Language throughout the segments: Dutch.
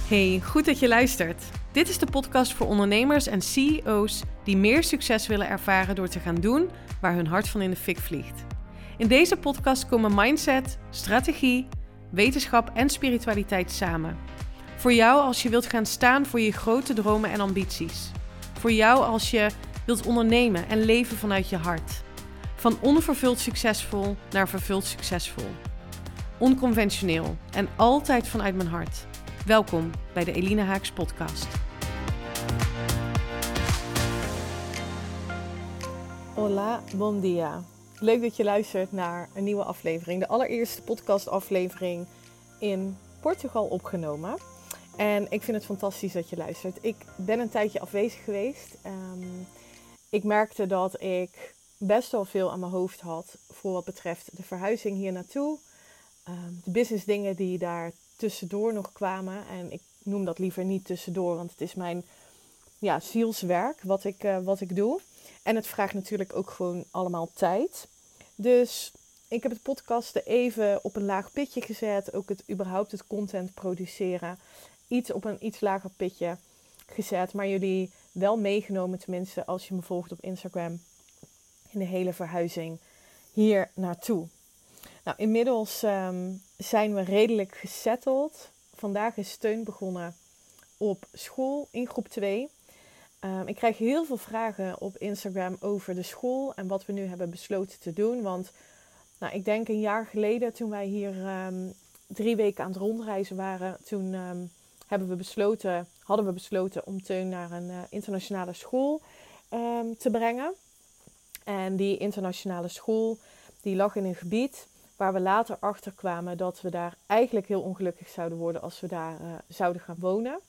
Hey, goed dat je luistert. Dit is de podcast voor ondernemers en CEO's die meer succes willen ervaren door te gaan doen waar hun hart van in de fik vliegt. In deze podcast komen mindset, strategie, wetenschap en spiritualiteit samen. Voor jou als je wilt gaan staan voor je grote dromen en ambities. Voor jou als je wilt ondernemen en leven vanuit je hart. Van onvervuld succesvol naar vervuld succesvol. Onconventioneel en altijd vanuit mijn hart. Welkom bij de Eline Haaks podcast. Hola, bon dia. Leuk dat je luistert naar een nieuwe aflevering. De allereerste podcastaflevering in Portugal opgenomen. En ik vind het fantastisch dat je luistert. Ik ben een tijdje afwezig geweest. Ik merkte dat ik best wel veel aan mijn hoofd had voor wat betreft de verhuizing hier naartoe. De business dingen die daar tussendoor nog kwamen. En ik noem dat liever niet tussendoor, want het is mijn zielswerk wat ik doe. En het vraagt natuurlijk ook gewoon allemaal tijd. Dus ik heb het podcasten even op een laag pitje gezet. Ook überhaupt het content produceren. Iets op een iets lager pitje gezet. Maar jullie wel meegenomen, tenminste als je me volgt op Instagram, in de hele verhuizing hier naartoe. Nou, inmiddels zijn we redelijk gesetteld. Vandaag is Teun begonnen op school in groep 2. Ik krijg heel veel vragen op Instagram over de school en wat we nu hebben besloten te doen. Want ik denk een jaar geleden, toen wij hier 3 weken aan het rondreizen waren, toen hadden we besloten om Teun naar een internationale school te brengen. En die internationale school die lag in een gebied waar we later achter kwamen dat we daar eigenlijk heel ongelukkig zouden worden als we daar zouden gaan wonen.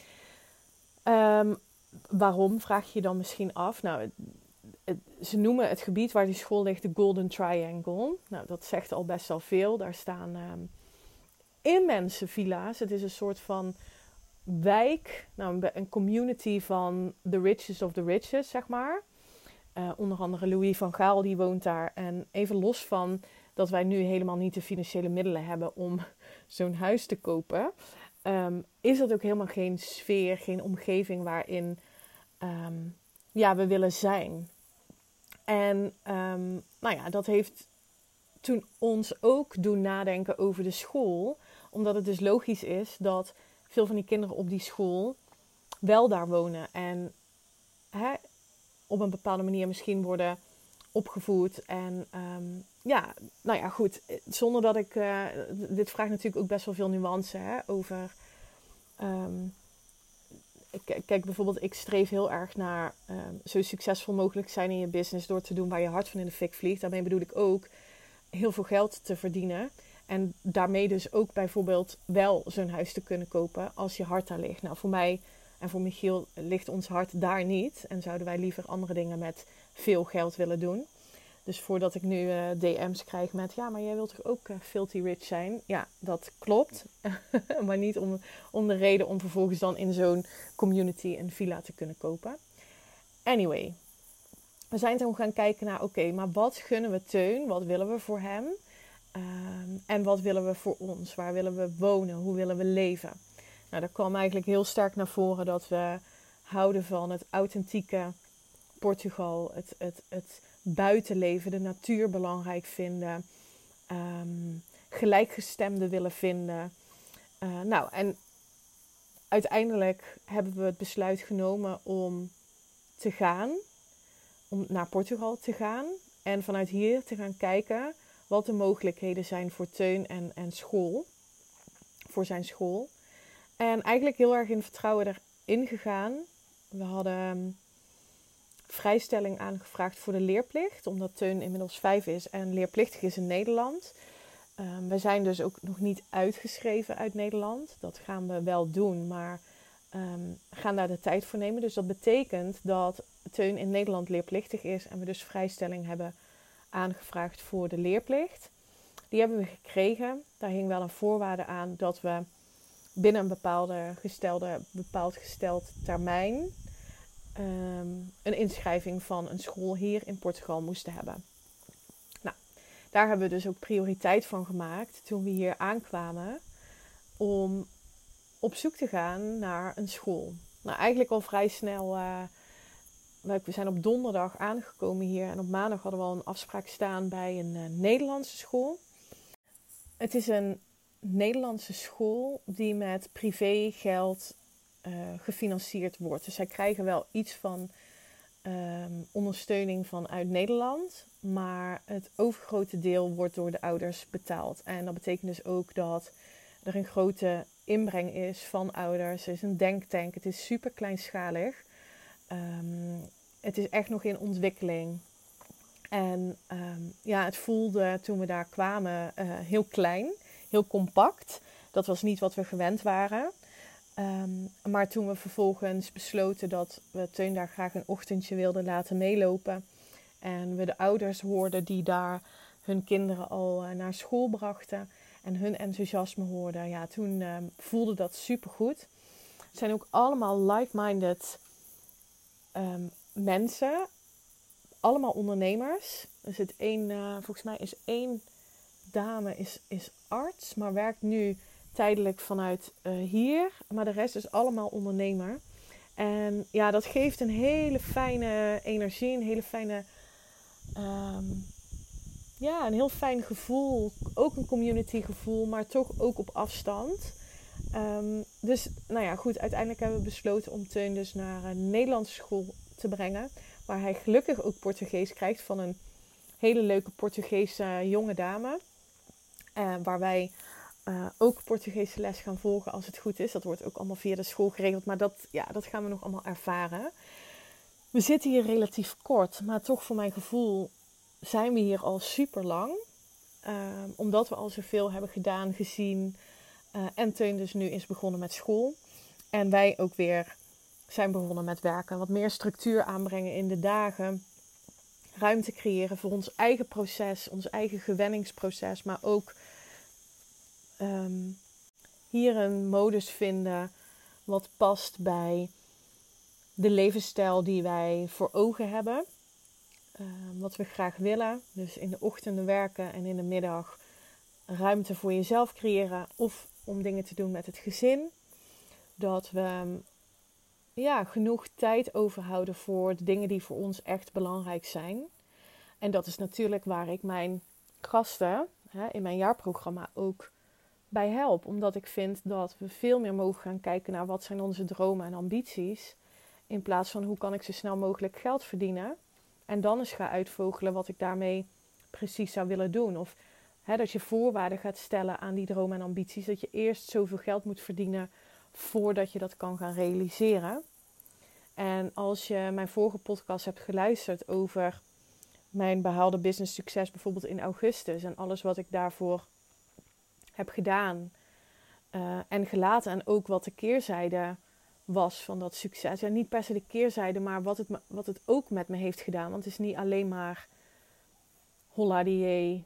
Waarom, vraag je je dan misschien af. Nou, ze noemen het gebied waar die school ligt de Golden Triangle. Nou, dat zegt al best wel veel. Daar staan immense villa's. Het is een soort van wijk, een community van the richest of the richest, zeg maar. Onder andere Louis van Gaal, die woont daar. En even los van dat wij nu helemaal niet de financiële middelen hebben om zo'n huis te kopen, is dat ook helemaal geen sfeer, geen omgeving waarin we willen zijn. En dat heeft toen ons ook doen nadenken over de school. Omdat het dus logisch is dat veel van die kinderen op die school wel daar wonen. En op een bepaalde manier misschien worden opgevoed. En goed. Zonder dat ik... dit vraagt natuurlijk ook best wel veel nuance over... Kijk, bijvoorbeeld, ik streef heel erg naar zo succesvol mogelijk zijn in je business door te doen waar je hart van in de fik vliegt. Daarmee bedoel ik ook heel veel geld te verdienen. En daarmee dus ook bijvoorbeeld wel zo'n huis te kunnen kopen als je hart daar ligt. Nou, voor mij en voor Michiel ligt ons hart daar niet. En zouden wij liever andere dingen met veel geld willen doen. Dus voordat ik nu DM's krijg met... ja, maar jij wilt toch ook filthy rich zijn? Ja, dat klopt. Maar niet om de reden om vervolgens dan in zo'n community een villa te kunnen kopen. Anyway. We zijn toen gaan kijken naar... oké, maar wat gunnen we Teun? Wat willen we voor hem? En wat willen we voor ons? Waar willen we wonen? Hoe willen we leven? Nou, daar kwam eigenlijk heel sterk naar voren dat we houden van het authentieke Portugal. Het buitenleven, de natuur belangrijk vinden. Gelijkgestemden willen vinden. En uiteindelijk hebben we het besluit genomen om te gaan. Om naar Portugal te gaan. En vanuit hier te gaan kijken wat de mogelijkheden zijn voor Teun en school. Voor zijn school. En eigenlijk heel erg in vertrouwen erin gegaan. We hadden vrijstelling aangevraagd voor de leerplicht. Omdat Teun inmiddels 5 is en leerplichtig is in Nederland. We zijn dus ook nog niet uitgeschreven uit Nederland. Dat gaan we wel doen, maar gaan daar de tijd voor nemen. Dus dat betekent dat Teun in Nederland leerplichtig is. En we dus vrijstelling hebben aangevraagd voor de leerplicht. Die hebben we gekregen. Daar hing wel een voorwaarde aan dat we binnen een bepaald gesteld termijn een inschrijving van een school hier in Portugal moesten hebben. Nou, daar hebben we dus ook prioriteit van gemaakt toen we hier aankwamen om op zoek te gaan naar een school. Nou, eigenlijk al vrij snel. We zijn op donderdag aangekomen hier. En op maandag hadden we al een afspraak staan bij een Nederlandse school. Het is een Nederlandse school die met privégeld gefinancierd wordt. Dus zij krijgen wel iets van ondersteuning vanuit Nederland. Maar het overgrote deel wordt door de ouders betaald. En dat betekent dus ook dat er een grote inbreng is van ouders. Er is een denktank. Het is super kleinschalig. Het is echt nog in ontwikkeling. En het voelde toen we daar kwamen heel klein, heel compact. Dat was niet wat we gewend waren. Maar toen we vervolgens besloten dat we Teun daar graag een ochtendje wilden laten meelopen. En we de ouders hoorden die daar hun kinderen al naar school brachten. En hun enthousiasme hoorden. Ja, toen voelde dat supergoed. Het zijn ook allemaal like-minded mensen. Allemaal ondernemers. Er zit volgens mij is één dame is arts, maar werkt nu tijdelijk vanuit hier. Maar de rest is allemaal ondernemer. En ja, dat geeft een hele fijne energie, een hele fijne, een heel fijn gevoel. Ook een community gevoel, maar toch ook op afstand. Dus nou ja, goed, uiteindelijk hebben we besloten om Teun dus naar een Nederlandse school te brengen. Waar hij gelukkig ook Portugees krijgt van een hele leuke Portugese jonge dame. Waar wij ook Portugese les gaan volgen als het goed is. Dat wordt ook allemaal via de school geregeld. Maar dat gaan we nog allemaal ervaren. We zitten hier relatief kort. Maar toch voor mijn gevoel zijn we hier al super lang. Omdat we al zoveel hebben gedaan, gezien. En Teun dus nu is begonnen met school. En wij ook weer zijn begonnen met werken. Wat meer structuur aanbrengen in de dagen. Ruimte creëren voor ons eigen proces. Ons eigen gewenningsproces. Maar ook hier een modus vinden wat past bij de levensstijl die wij voor ogen hebben. Wat we graag willen. Dus in de ochtenden werken en in de middag ruimte voor jezelf creëren. Of om dingen te doen met het gezin. Dat we genoeg tijd overhouden voor de dingen die voor ons echt belangrijk zijn. En dat is natuurlijk waar ik mijn gasten in mijn jaarprogramma ook bij help. Omdat ik vind dat we veel meer mogen gaan kijken naar wat zijn onze dromen en ambities. In plaats van hoe kan ik zo snel mogelijk geld verdienen. En dan eens ga uitvogelen wat ik daarmee precies zou willen doen. Of dat je voorwaarden gaat stellen aan die dromen en ambities. Dat je eerst zoveel geld moet verdienen voordat je dat kan gaan realiseren. En als je mijn vorige podcast hebt geluisterd over mijn behaalde business succes bijvoorbeeld in augustus. En alles wat ik daarvoor heb gedaan en gelaten. En ook wat de keerzijde was van dat succes. Ja, niet per se de keerzijde, maar wat het ook met me heeft gedaan. Want het is niet alleen maar holla die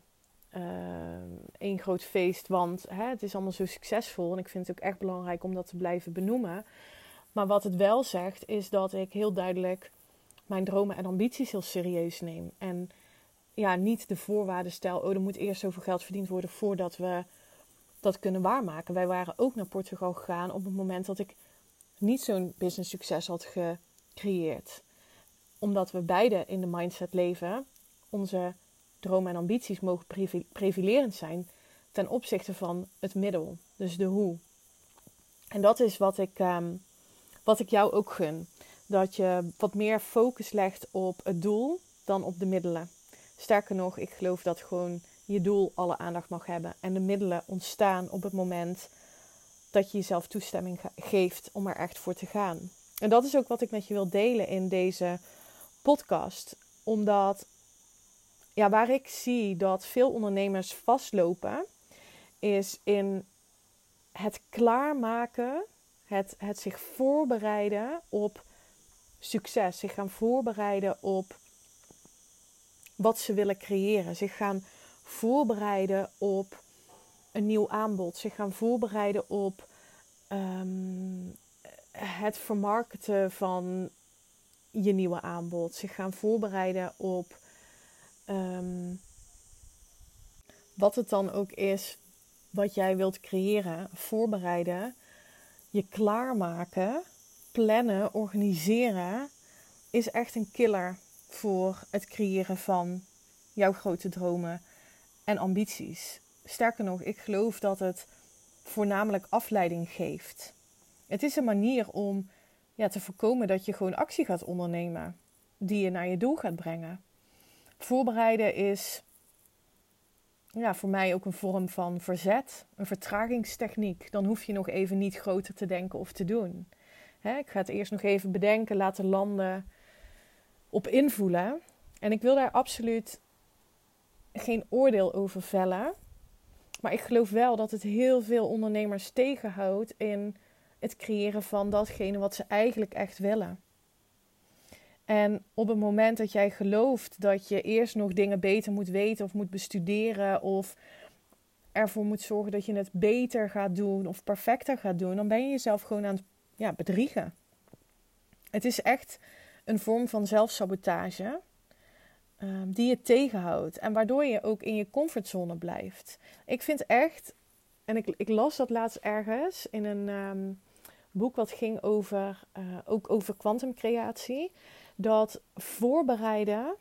één groot feest. Want het is allemaal zo succesvol. En ik vind het ook echt belangrijk om dat te blijven benoemen. Maar wat het wel zegt, is dat ik heel duidelijk mijn dromen en ambities heel serieus neem. En ja, niet de voorwaarden stel, er moet eerst zoveel geld verdiend worden voordat we dat kunnen waarmaken. Wij waren ook naar Portugal gegaan op het moment dat ik niet zo'n business succes had gecreëerd. Omdat we beide in de mindset leven, onze dromen en ambities mogen prevalerend zijn ten opzichte van het middel. Dus de hoe. En dat is wat ik jou ook gun. Dat je wat meer focus legt op het doel dan op de middelen. Sterker nog, ik geloof dat gewoon je doel alle aandacht mag hebben. En de middelen ontstaan op het moment dat je jezelf toestemming geeft om er echt voor te gaan. En dat is ook wat ik met je wil delen in deze podcast. Omdat waar ik zie dat veel ondernemers vastlopen, is in het klaarmaken, het zich voorbereiden op succes. Zich gaan voorbereiden op wat ze willen creëren. Zich gaan voorbereiden op een nieuw aanbod. Zich gaan voorbereiden op het vermarkten van je nieuwe aanbod. Zich gaan voorbereiden op wat het dan ook is wat jij wilt creëren. Voorbereiden je klaarmaken, plannen, organiseren is echt een killer voor het creëren van jouw grote dromen en ambities. Sterker nog, ik geloof dat het voornamelijk afleiding geeft. Het is een manier om te voorkomen dat je gewoon actie gaat ondernemen die je naar je doel gaat brengen. Voorbereiden is voor mij ook een vorm van verzet, een vertragingstechniek. Dan hoef je nog even niet groter te denken of te doen. Ik ga het eerst nog even bedenken, laten landen, op invoelen. En ik wil daar absoluut geen oordeel over vellen. Maar ik geloof wel dat het heel veel ondernemers tegenhoudt in het creëren van datgene wat ze eigenlijk echt willen. En op het moment dat jij gelooft dat je eerst nog dingen beter moet weten of moet bestuderen of ervoor moet zorgen dat je het beter gaat doen of perfecter gaat doen, dan ben je jezelf gewoon aan het bedriegen. Het is echt een vorm van zelfsabotage die je tegenhoudt en waardoor je ook in je comfortzone blijft. Ik vind echt, en ik las dat laatst ergens in een boek wat ging ook over kwantumcreatie, dat voorbereiden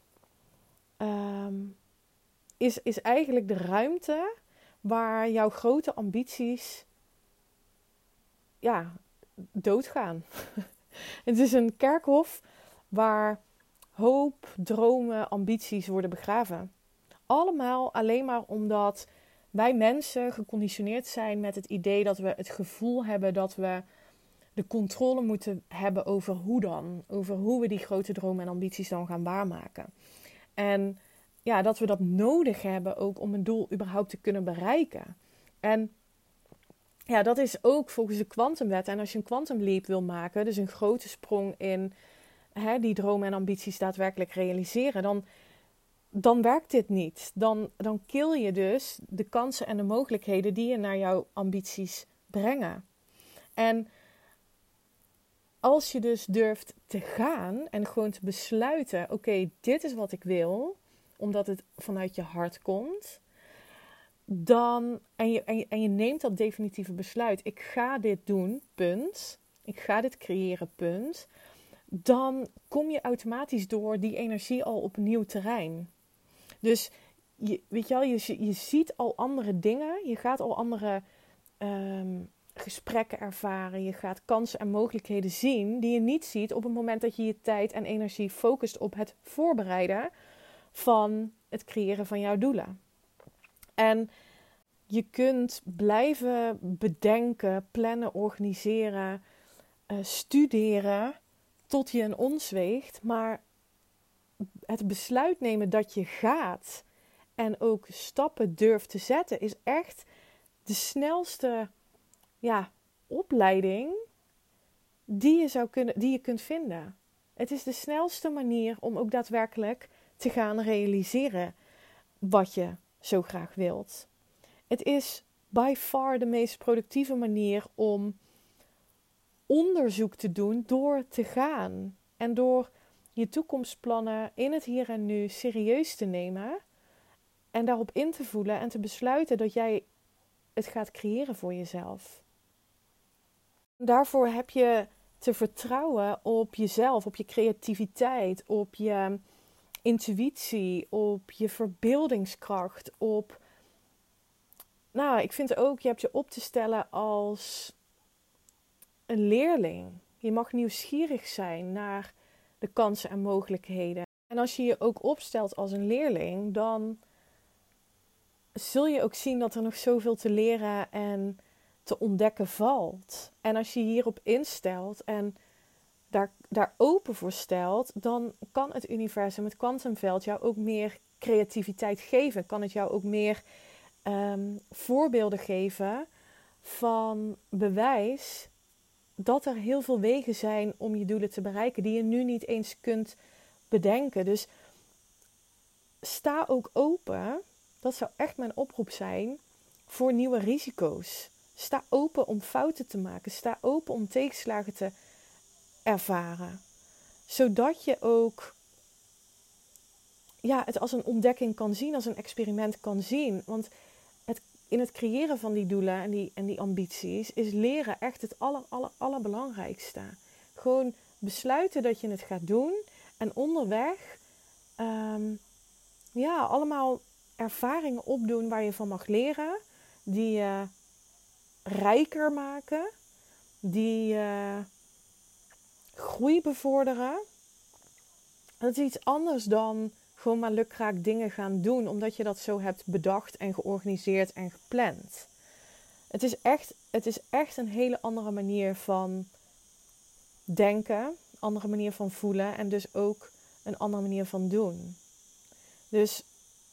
is eigenlijk de ruimte waar jouw grote ambities doodgaan. Het is een kerkhof waar hoop, dromen, ambities worden begraven. Allemaal alleen maar omdat wij mensen geconditioneerd zijn met het idee dat we het gevoel hebben dat we de controle moeten hebben over hoe dan. Over hoe we die grote dromen en ambities dan gaan waarmaken. En dat we dat nodig hebben ook om een doel überhaupt te kunnen bereiken. En dat is ook volgens de kwantumwet. En als je een quantum leap wil maken, dus een grote sprong in die dromen en ambities daadwerkelijk realiseren, dan werkt dit niet. Dan kill je dus de kansen en de mogelijkheden die je naar jouw ambities brengen. En als je dus durft te gaan en gewoon te besluiten, oké, dit is wat ik wil, omdat het vanuit je hart komt, en je neemt dat definitieve besluit, ik ga dit doen, punt. Ik ga dit creëren, punt. Dan kom je automatisch door die energie al op een nieuw terrein. Dus je ziet al andere dingen, je gaat al andere gesprekken ervaren, je gaat kansen en mogelijkheden zien die je niet ziet op het moment dat je je tijd en energie focust op het voorbereiden van het creëren van jouw doelen. En je kunt blijven bedenken, plannen, organiseren, studeren tot je een ons weegt, maar het besluit nemen dat je gaat en ook stappen durft te zetten is echt de snelste opleiding die je kunt vinden. Het is de snelste manier om ook daadwerkelijk te gaan realiseren wat je zo graag wilt. Het is by far de meest productieve manier om onderzoek te doen door te gaan. En door je toekomstplannen in het hier en nu serieus te nemen. En daarop in te voelen en te besluiten dat jij het gaat creëren voor jezelf. Daarvoor heb je te vertrouwen op jezelf, op je creativiteit, op je intuïtie, op je verbeeldingskracht, ik vind ook, je hebt je op te stellen als een leerling. Je mag nieuwsgierig zijn naar de kansen en mogelijkheden. En als je je ook opstelt als een leerling, dan zul je ook zien dat er nog zoveel te leren en te ontdekken valt. En als je hierop instelt en daar open voor stelt, dan kan het universum, het kwantumveld, jou ook meer creativiteit geven. Kan het jou ook meer voorbeelden geven van bewijs dat er heel veel wegen zijn om je doelen te bereiken die je nu niet eens kunt bedenken. Dus sta ook open, dat zou echt mijn oproep zijn, voor nieuwe risico's. Sta open om fouten te maken. Sta open om tegenslagen te ervaren. Zodat je ook het als een ontdekking kan zien, als een experiment kan zien. Want in het creëren van die doelen en die ambities is leren echt het allerbelangrijkste. Gewoon besluiten dat je het gaat doen en onderweg allemaal ervaringen opdoen waar je van mag leren, die je rijker maken, die groei bevorderen. Dat is iets anders dan gewoon maar lukraak dingen gaan doen, omdat je dat zo hebt bedacht en georganiseerd en gepland. Het is echt een hele andere manier van denken, andere manier van voelen en dus ook een andere manier van doen. Dus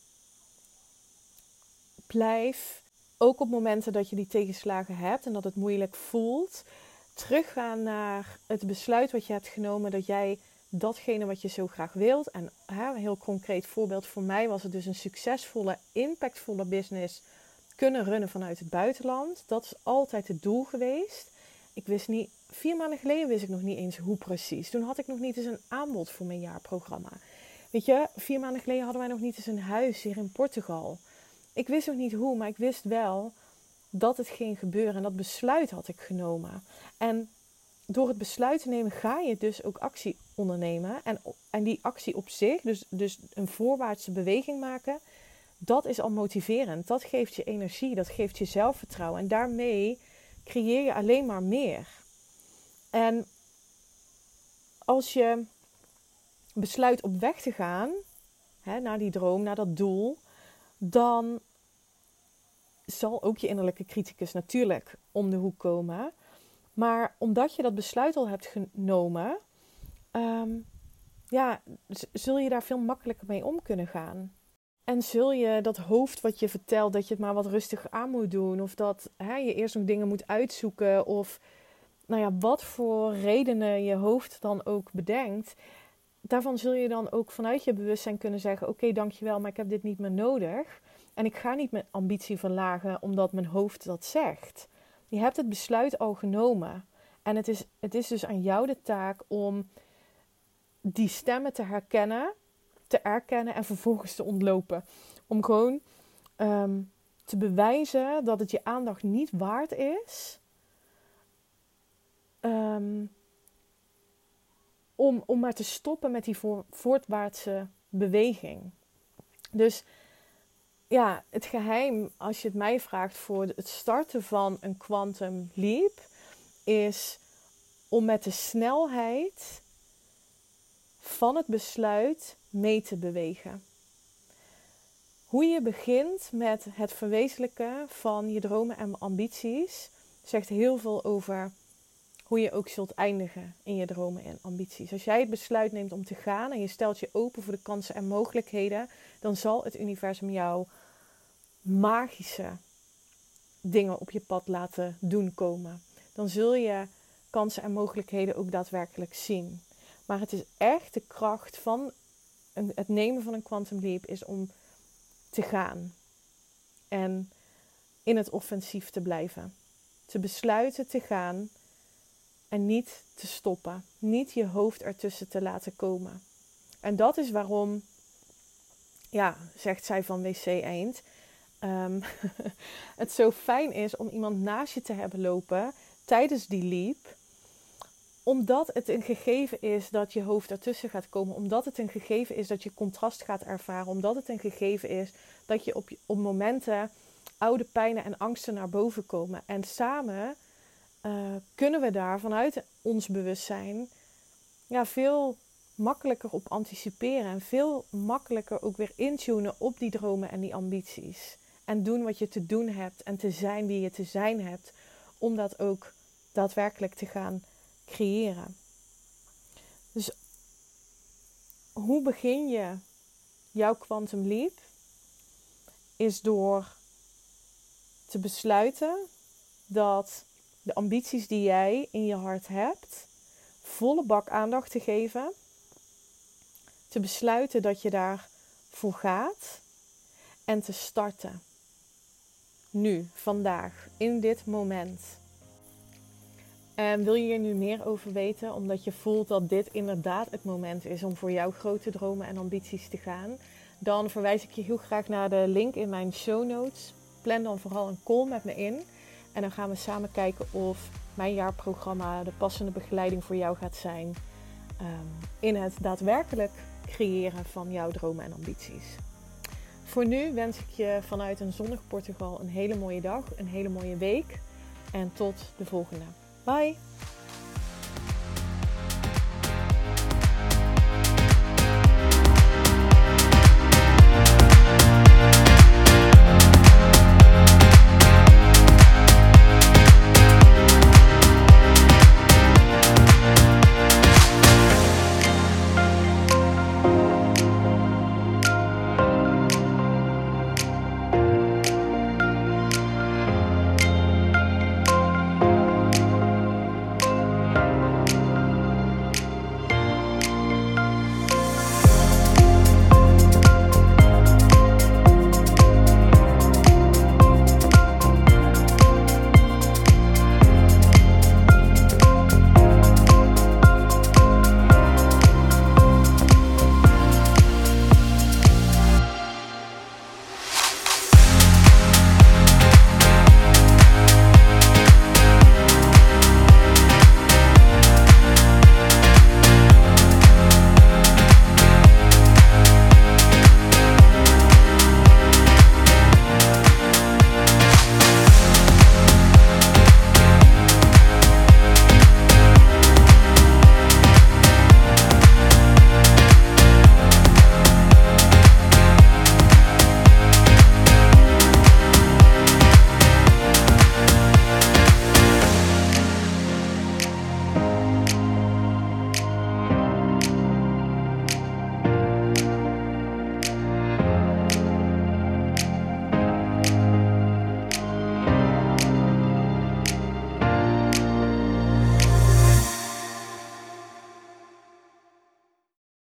blijf, ook op momenten dat je die tegenslagen hebt en dat het moeilijk voelt, teruggaan naar het besluit wat je hebt genomen, dat jij datgene wat je zo graag wilt. En een heel concreet voorbeeld voor mij was het dus een succesvolle, impactvolle business kunnen runnen vanuit het buitenland. Dat is altijd het doel geweest. Ik wist niet, 4 maanden geleden wist ik nog niet eens hoe precies. Toen had ik nog niet eens een aanbod voor mijn jaarprogramma. Weet je, 4 maanden geleden hadden wij nog niet eens een huis hier in Portugal. Ik wist nog niet hoe, maar ik wist wel dat het ging gebeuren. En dat besluit had ik genomen. En door het besluit te nemen ga je dus ook actie ondernemen. En die actie op zich, dus een voorwaartse beweging maken, dat is al motiverend. Dat geeft je energie, dat geeft je zelfvertrouwen. En daarmee creëer je alleen maar meer. En als je besluit op weg te gaan, naar die droom, naar dat doel, dan zal ook je innerlijke criticus natuurlijk om de hoek komen. Maar omdat je dat besluit al hebt genomen, zul je daar veel makkelijker mee om kunnen gaan. En zul je dat hoofd wat je vertelt, dat je het maar wat rustiger aan moet doen, of dat je eerst nog dingen moet uitzoeken, of wat voor redenen je hoofd dan ook bedenkt, daarvan zul je dan ook vanuit je bewustzijn kunnen zeggen, oké, dankjewel, maar ik heb dit niet meer nodig. En ik ga niet mijn ambitie verlagen omdat mijn hoofd dat zegt. Je hebt het besluit al genomen. En het is dus aan jou de taak om die stemmen te herkennen, te erkennen en vervolgens te ontlopen. Om gewoon te bewijzen dat het je aandacht niet waard is. Om maar te stoppen met die voortwaartse beweging. Dus ja, het geheim, als je het mij vraagt, voor het starten van een quantum leap, is om met de snelheid van het besluit mee te bewegen. Hoe je begint met het verwezenlijken van je dromen en ambities, zegt heel veel over hoe je ook zult eindigen in je dromen en ambities. Als jij het besluit neemt om te gaan en je stelt je open voor de kansen en mogelijkheden, dan zal het universum jou magische dingen op je pad laten doen komen. Dan zul je kansen en mogelijkheden ook daadwerkelijk zien. Maar het is echt de kracht van het nemen van een quantum leap is om te gaan. En in het offensief te blijven. Te besluiten te gaan en niet te stoppen. Niet je hoofd ertussen te laten komen. En dat is waarom, zegt zij van WC Eend, het zo fijn is om iemand naast je te hebben lopen tijdens die leap. Omdat het een gegeven is dat je hoofd ertussen gaat komen. Omdat het een gegeven is dat je contrast gaat ervaren. Omdat het een gegeven is dat je op momenten oude pijnen en angsten naar boven komen. En samen kunnen we daar vanuit ons bewustzijn veel makkelijker op anticiperen. En veel makkelijker ook weer intunen op die dromen en die ambities. En doen wat je te doen hebt. En te zijn wie je te zijn hebt. Om dat ook daadwerkelijk te gaan creëren. Dus hoe begin je jouw quantum leap? Is door te besluiten dat de ambities die jij in je hart hebt, volle bak aandacht te geven. Te besluiten dat je daarvoor gaat en te starten. Nu, vandaag, in dit moment. En wil je hier nu meer over weten, omdat je voelt dat dit inderdaad het moment is om voor jouw grote dromen en ambities te gaan, dan verwijs ik je heel graag naar de link in mijn show notes plan dan vooral een call met me in. En dan gaan we samen kijken of mijn jaarprogramma de passende begeleiding voor jou gaat zijn. In het daadwerkelijk creëren van jouw dromen en ambities. Voor nu wens ik je vanuit een zonnig Portugal een hele mooie dag, een hele mooie week. En tot de volgende. Bye!